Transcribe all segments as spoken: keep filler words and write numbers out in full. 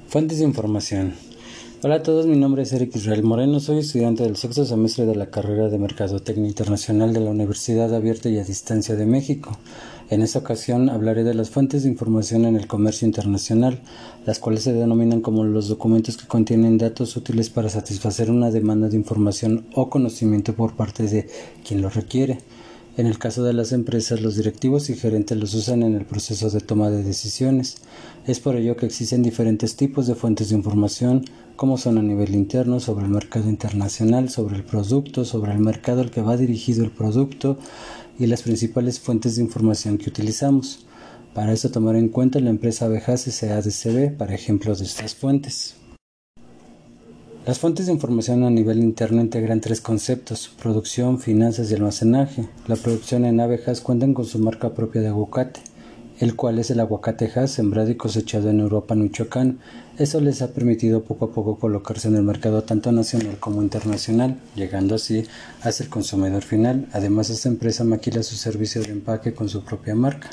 Fuentes de información. Hola a todos, mi nombre es Eric Israel Moreno, soy estudiante del sexto semestre de la carrera de Mercadotecnia Internacional de la Universidad Abierta y a Distancia de México. En esta ocasión hablaré de las fuentes de información en el comercio internacional, las cuales se denominan como los documentos que contienen datos útiles para satisfacer una demanda de información o conocimiento por parte de quien lo requiere. En el caso de las empresas, los directivos y gerentes los usan en el proceso de toma de decisiones. Es por ello que existen diferentes tipos de fuentes de información, como son a nivel interno, sobre el mercado internacional, sobre el producto, sobre el mercado al que va dirigido el producto y las principales fuentes de información que utilizamos. Para eso tomar en cuenta la empresa Abejas S A de C V para ejemplos de estas fuentes. Las fuentes de información a nivel interno integran tres conceptos: producción, finanzas y almacenaje. La producción en Abejas cuentan con su marca propia de aguacate, el cual es el aguacate Hass sembrado y cosechado en Europa, Michoacán. Eso les ha permitido poco a poco colocarse en el mercado tanto nacional como internacional, llegando así hacia el consumidor final. Además, esta empresa maquila su servicio de empaque con su propia marca.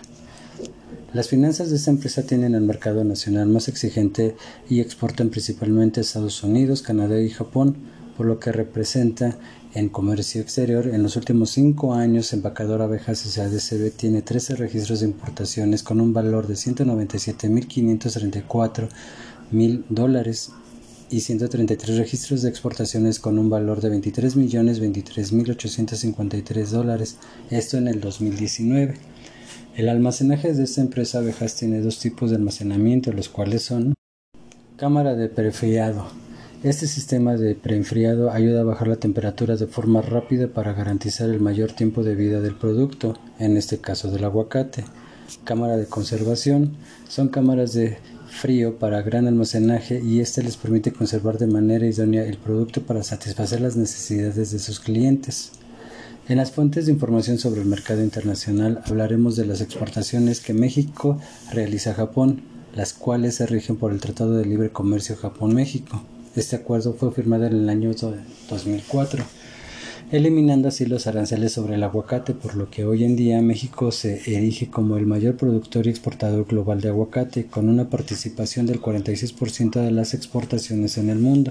Las finanzas de esta empresa tienen el mercado nacional más exigente y exportan principalmente a Estados Unidos, Canadá y Japón, por lo que representa en comercio exterior. En los últimos cinco años, Empacadora Abejas S A de C V tiene trece registros de importaciones con un valor de ciento noventa y siete mil quinientos treinta y cuatro mil dólares y ciento treinta y tres registros de exportaciones con un valor de veintitrés millones veintitrés mil ochocientos cincuenta y tres dólares, esto en el dos mil diecinueve. El almacenaje de esta empresa Abejas tiene dos tipos de almacenamiento, los cuales son cámara de preenfriado. Este sistema de preenfriado ayuda a bajar la temperatura de forma rápida para garantizar el mayor tiempo de vida del producto, en este caso del aguacate. Cámara de conservación. Son cámaras de frío para gran almacenaje y este les permite conservar de manera idónea el producto para satisfacer las necesidades de sus clientes. En las fuentes de información sobre el mercado internacional hablaremos de las exportaciones que México realiza a Japón, las cuales se rigen por el Tratado de Libre Comercio Japón-México. Este acuerdo fue firmado en el año dos mil cuatro, eliminando así los aranceles sobre el aguacate, por lo que hoy en día México se erige como el mayor productor y exportador global de aguacate, con una participación del cuarenta y seis por ciento de las exportaciones en el mundo.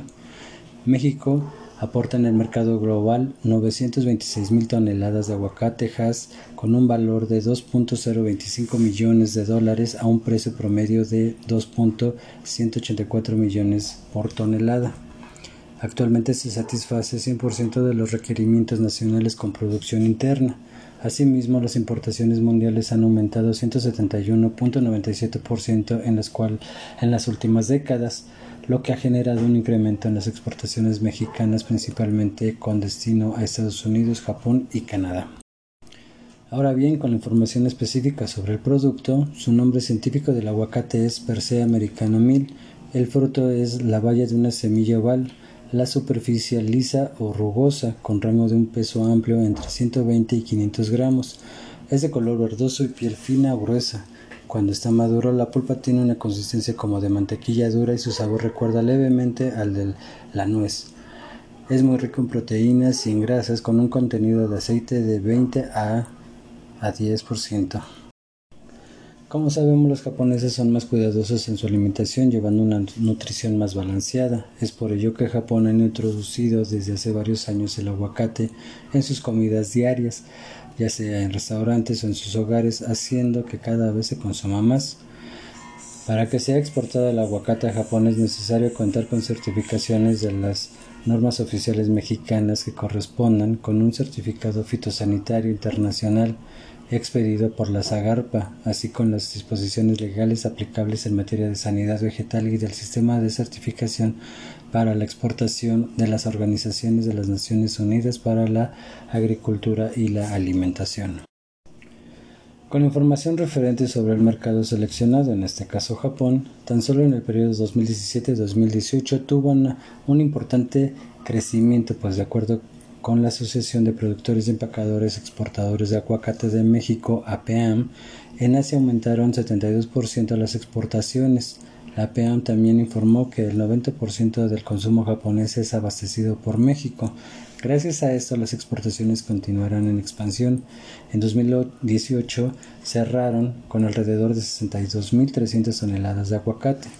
México aporta en el mercado global novecientas veintiséis mil toneladas de aguacate Hass con un valor de dos punto cero veinticinco millones de dólares a un precio promedio de dos punto ciento ochenta y cuatro millones por tonelada. Actualmente se satisface cien por ciento de los requerimientos nacionales con producción interna. Asimismo, las importaciones mundiales han aumentado ciento setenta y uno punto noventa y siete por ciento en las cual en las últimas décadas, lo que ha generado un incremento en las exportaciones mexicanas, principalmente con destino a Estados Unidos, Japón y Canadá. Ahora bien, con la información específica sobre el producto, su nombre científico del aguacate es Persea americana mil. El fruto es la baya de una semilla oval, la superficie lisa o rugosa, con rango de un peso amplio entre ciento veinte y quinientos gramos. Es de color verdoso y piel fina o gruesa. Cuando está maduro, la pulpa tiene una consistencia como de mantequilla dura y su sabor recuerda levemente al de la nuez. Es muy rico en proteínas y en grasas, con un contenido de aceite de veinte a diez por ciento. Como sabemos, los japoneses son más cuidadosos en su alimentación, llevando una nutrición más balanceada. Es por ello que Japón ha introducido desde hace varios años el aguacate en sus comidas diarias, ya sea en restaurantes o en sus hogares, haciendo que cada vez se consuma más. Para que sea exportado el aguacate a Japón es necesario contar con certificaciones de las normas oficiales mexicanas que correspondan con un certificado fitosanitario internacional expedido por la SAGARPA, así con las disposiciones legales aplicables en materia de sanidad vegetal y del sistema de certificación para la exportación de las organizaciones de las Naciones Unidas para la Agricultura y la Alimentación. Con información referente sobre el mercado seleccionado, en este caso Japón, tan solo en el periodo dos mil diecisiete a dos mil dieciocho tuvo una, un importante crecimiento, pues de acuerdo con la Asociación de Productores y Empacadores Exportadores de Aguacate de México, A P A M, en Asia aumentaron setenta y dos por ciento las exportaciones. La A P A M también informó que el noventa por ciento del consumo japonés es abastecido por México. Gracias a esto, las exportaciones continuarán en expansión. En dos mil dieciocho cerraron con alrededor de sesenta y dos mil trescientas toneladas de aguacate.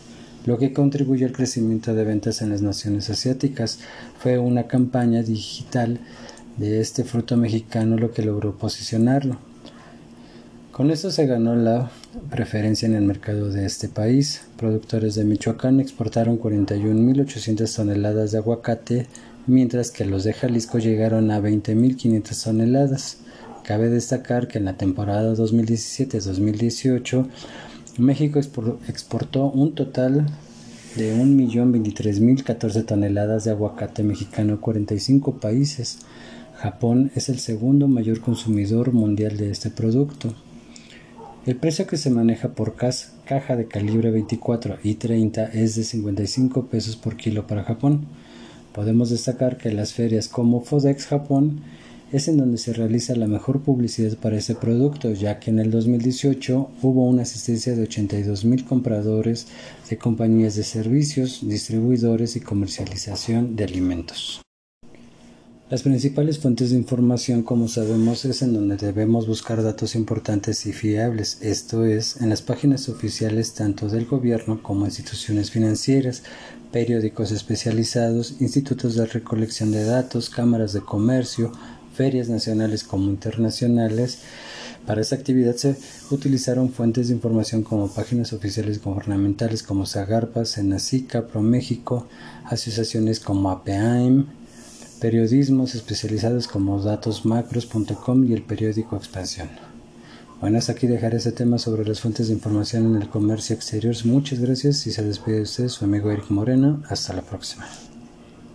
lo que contribuyó al crecimiento de ventas en las naciones asiáticas. Fue una campaña digital de este fruto mexicano lo que logró posicionarlo. Con esto se ganó la preferencia en el mercado de este país. Productores de Michoacán exportaron cuarenta y un mil ochocientas toneladas de aguacate, mientras que los de Jalisco llegaron a veinte mil quinientas toneladas. Cabe destacar que en la temporada dos mil diecisiete dos mil dieciocho México exportó un total de un millón veintitrés mil catorce toneladas de aguacate mexicano a cuarenta y cinco países. Japón es el segundo mayor consumidor mundial de este producto. El precio que se maneja por caja de calibre veinticuatro y treinta es de cincuenta y cinco pesos por kilo para Japón. Podemos destacar que las ferias como Fodex Japón es en donde se realiza la mejor publicidad para este producto, ya que en el dos mil dieciocho hubo una asistencia de ochenta y dos mil compradores de compañías de servicios, distribuidores y comercialización de alimentos. Las principales fuentes de información, como sabemos, es en donde debemos buscar datos importantes y fiables, esto es, en las páginas oficiales tanto del gobierno como instituciones financieras, periódicos especializados, institutos de recolección de datos, cámaras de comercio, ferias nacionales como internacionales. Para esta actividad se utilizaron fuentes de información como páginas oficiales gubernamentales como Zagarpa, Senacica, ProMéxico, asociaciones como A P A I M, periodismos especializados como datosmacros punto com y el periódico Expansión. Bueno, hasta aquí dejaré este tema sobre las fuentes de información en el comercio exterior. Muchas gracias y se despide de ustedes su amigo Eric Moreno. Hasta la próxima.